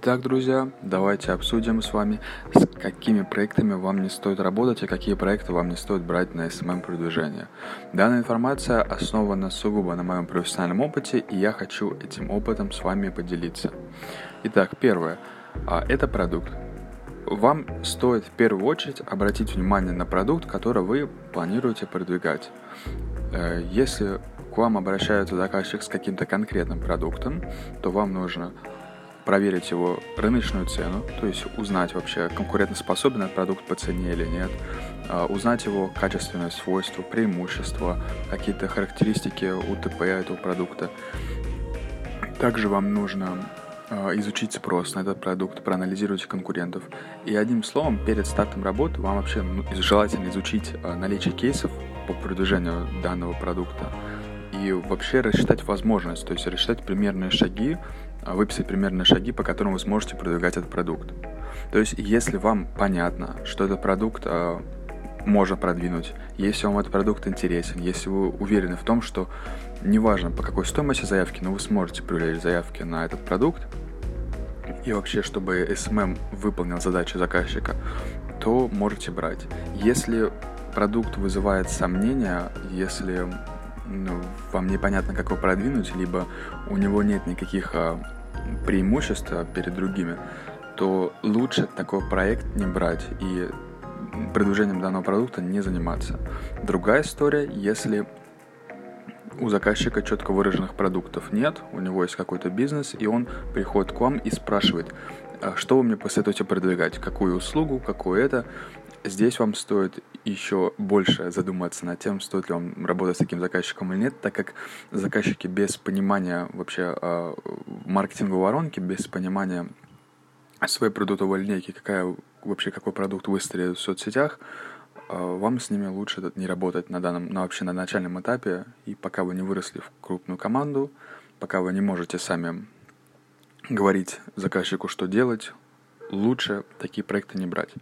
Итак, друзья, давайте обсудим с вами, с какими проектами вам не стоит работать и какие проекты вам не стоит брать на SMM-продвижение. Данная информация основана сугубо на моем профессиональном опыте, и я хочу этим опытом с вами поделиться. Итак, первое. Это продукт. Вам стоит в первую очередь обратить внимание на продукт, который вы планируете продвигать. Если к вам обращается заказчик с каким-то конкретным продуктом, то вам нужно проверить его рыночную цену, то есть узнать вообще, конкурентоспособен этот продукт по цене или нет, узнать его качественные свойства, преимущества, какие-то характеристики УТП этого продукта. Также вам нужно изучить спрос на этот продукт, проанализировать конкурентов. И одним словом, перед стартом работы вам вообще желательно изучить наличие кейсов по продвижению данного продукта и вообще рассчитать возможность, то есть рассчитать примерные шаги, выписать примерные шаги, по которым вы сможете продвигать этот продукт. То есть, если вам понятно, что этот продукт можно продвинуть, если вам этот продукт интересен, если вы уверены в том, что неважно по какой стоимости заявки, но вы сможете привлечь заявки на этот продукт, и вообще, чтобы SMM выполнил задачи заказчика, то можете брать. Если продукт вызывает сомнения, если вам непонятно, как его продвинуть, либо у него нет никаких преимуществ перед другими, то лучше такой проект не брать и продвижением данного продукта не заниматься. Другая история, если у заказчика четко выраженных продуктов нет, у него есть какой-то бизнес, и он приходит к вам и спрашивает, что вы мне посоветуете продвигать, какую услугу, какое это. Здесь вам стоит еще больше задуматься над тем, стоит ли вам работать с таким заказчиком или нет, так как заказчики без понимания вообще маркетинговой воронки, без понимания своей продуктовой линейки, какой продукт выстрелит в соцсетях, вам с ними лучше не работать вообще на начальном этапе, и пока вы не выросли в крупную команду, пока вы не можете сами говорить заказчику, что делать, лучше такие проекты не брать.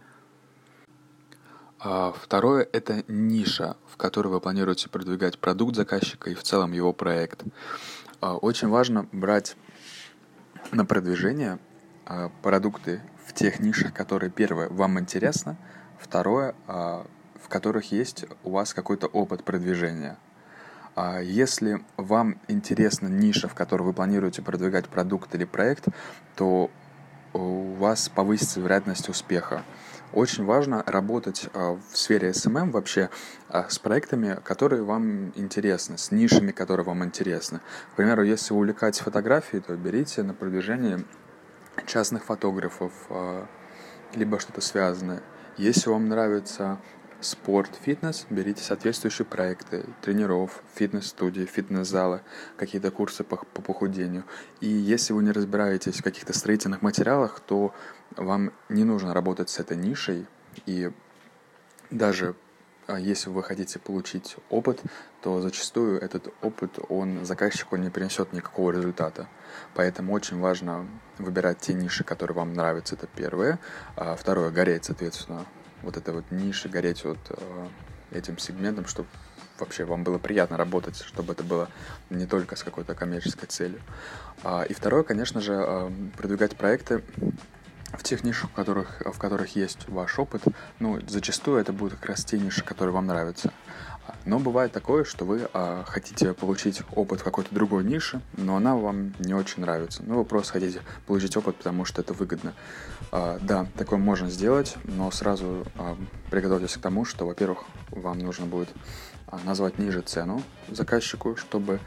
Второе – это ниша, в которой вы планируете продвигать продукт заказчика и в целом его проект. Очень важно брать на продвижение продукты в тех нишах, которые, первое, вам интересно, второе, в которых есть у вас какой-то опыт продвижения. Если вам интересна ниша, в которой вы планируете продвигать продукт или проект, то у вас повысится вероятность успеха. Очень важно работать в сфере SMM вообще с проектами, которые вам интересны, с нишами, которые вам интересны. К примеру, если вы увлекаетесь фотографией, то берите на продвижение частных фотографов, либо что-то связанное. Если вам нравится спорт, фитнес, берите соответствующие проекты, тренеров, фитнес-студии, фитнес-залы, какие-то курсы по похудению. И если вы не разбираетесь в каких-то строительных материалах, то вам не нужно работать с этой нишей. И даже если вы хотите получить опыт, то зачастую этот опыт, заказчику не принесет никакого результата. Поэтому очень важно выбирать те ниши, которые вам нравятся, это первое. Второе, гореть, соответственно, ниши, гореть этим сегментом, чтобы вообще вам было приятно работать, чтобы это было не только с какой-то коммерческой целью. И второе, конечно же, продвигать проекты в тех нишах, в которых есть ваш опыт. Зачастую это будут как раз те ниши, которые вам нравятся. Но бывает такое, что вы хотите получить опыт в какой-то другой нише, но она вам не очень нравится. Вы просто хотите получить опыт, потому что это выгодно. Да, такое можно сделать, но сразу приготовьтесь к тому, что, во-первых, вам нужно будет назвать ниже цену заказчику, чтобы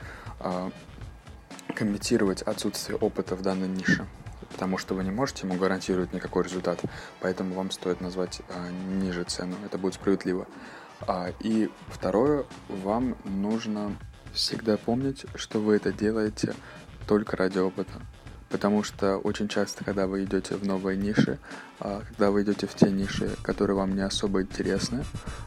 компенсировать отсутствие опыта в данной нише. Потому что вы не можете ему гарантировать никакой результат, поэтому вам стоит назвать ниже цену. Это будет справедливо. И второе, вам нужно всегда помнить, что вы это делаете только ради опыта. Потому что очень часто, когда вы идете в новые ниши, когда вы идете в те ниши, которые вам не особо интересны,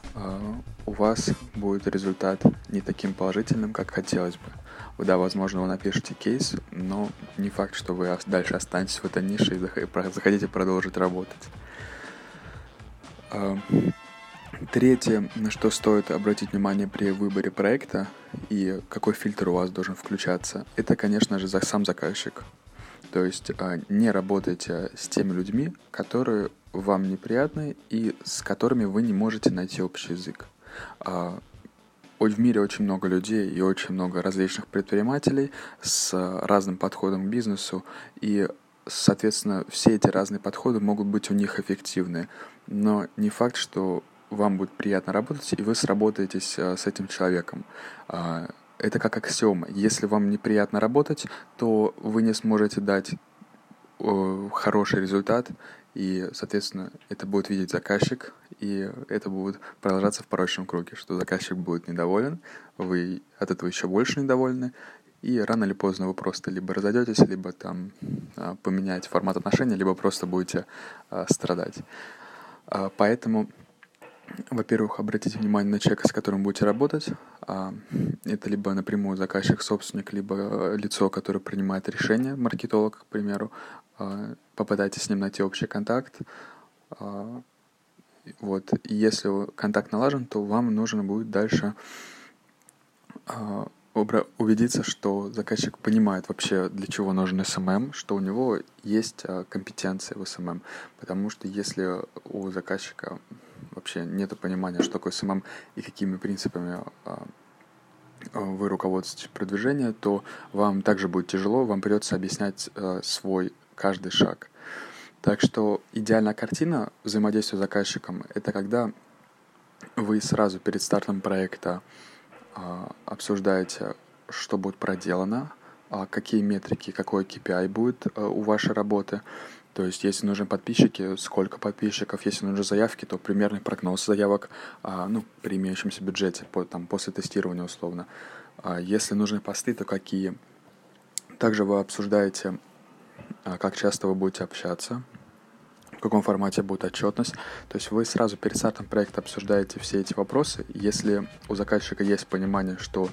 у вас будет результат не таким положительным, как хотелось бы. Да, возможно, вы напишите кейс, но не факт, что вы дальше останетесь в этой нише и захотите продолжить работать. Третье, на что стоит обратить внимание при выборе проекта и какой фильтр у вас должен включаться, это, конечно же, сам заказчик. То есть не работайте с теми людьми, которые вам неприятны и с которыми вы не можете найти общий язык. В мире очень много людей и очень много различных предпринимателей с разным подходом к бизнесу, и, соответственно, все эти разные подходы могут быть у них эффективны, но не факт, что вам будет приятно работать, и вы сработаетесь с этим человеком. Это как аксиома. Если вам неприятно работать, то вы не сможете дать хороший результат, и, соответственно, это будет видеть заказчик, и это будет продолжаться в порочном круге, что заказчик будет недоволен, вы от этого еще больше недовольны, и рано или поздно вы просто либо разойдетесь, либо там поменяете формат отношений, либо просто будете страдать. Поэтому, во-первых, обратите внимание на человека, с которым будете работать. Это либо напрямую заказчик-собственник, либо лицо, которое принимает решение, маркетолог, к примеру. Попытайтесь с ним найти общий контакт. Вот. И если контакт налажен, то вам нужно будет дальше убедиться, что заказчик понимает вообще, для чего нужен СММ, что у него есть компетенция в СММ. Потому что если у заказчика вообще нет понимания, что такое СММ и какими принципами вы руководствуетесь продвижением, то вам также будет тяжело, вам придется объяснять свой каждый шаг. Так что идеальная картина взаимодействия с заказчиком — это когда вы сразу перед стартом проекта обсуждаете, что будет проделано, какие метрики, какой KPI будет у вашей работы. То есть, если нужны подписчики, сколько подписчиков, если нужны заявки, то примерный прогноз заявок, при имеющемся бюджете, после тестирования условно. Если нужны посты, то какие. Также вы обсуждаете, как часто вы будете общаться, в каком формате будет отчетность. То есть вы сразу перед стартом проекта обсуждаете все эти вопросы. Если у заказчика есть понимание, что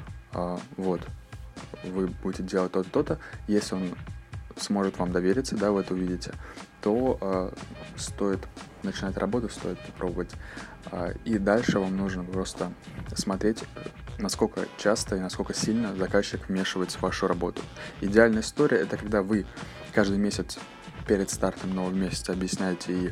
вы будете делать то-то, то-то, если он сможет вам довериться, вы это увидите, то стоит начинать работу, стоит попробовать. И дальше вам нужно просто смотреть, насколько часто и насколько сильно заказчик вмешивается в вашу работу. Идеальная история — это когда вы каждый месяц перед стартом нового месяца объясняете и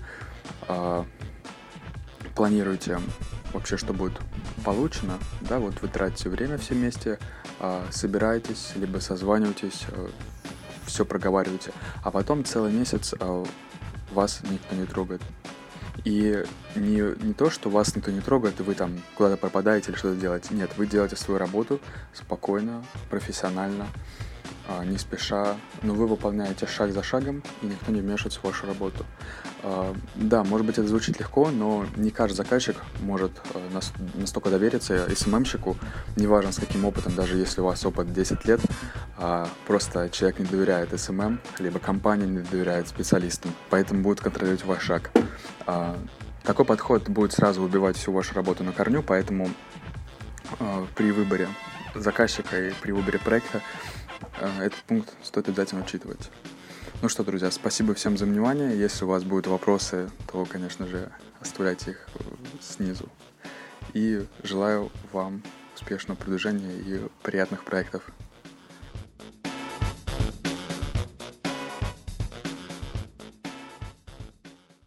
планируете вообще, что будет получено. Вы тратите время все вместе, собираетесь, либо созваниваетесь, все проговариваете, а потом целый месяц вас никто не трогает. И не то, что вас никто не трогает, и вы там куда-то пропадаете или что-то делаете. Нет, вы делаете свою работу спокойно, профессионально, не спеша, но вы выполняете шаг за шагом, и никто не вмешивается в вашу работу. Да, может быть, это звучит легко, но не каждый заказчик может настолько довериться СММщику, неважно с каким опытом, даже если у вас опыт 10 лет, просто человек не доверяет СММ, либо компания не доверяет специалистам, поэтому будет контролировать ваш шаг. Такой подход будет сразу убивать всю вашу работу на корню, поэтому при выборе заказчика и при выборе проекта этот пункт стоит обязательно учитывать. Ну что, друзья, спасибо всем за внимание. Если у вас будут вопросы, то, конечно же, оставляйте их снизу. И желаю вам успешного продвижения и приятных проектов.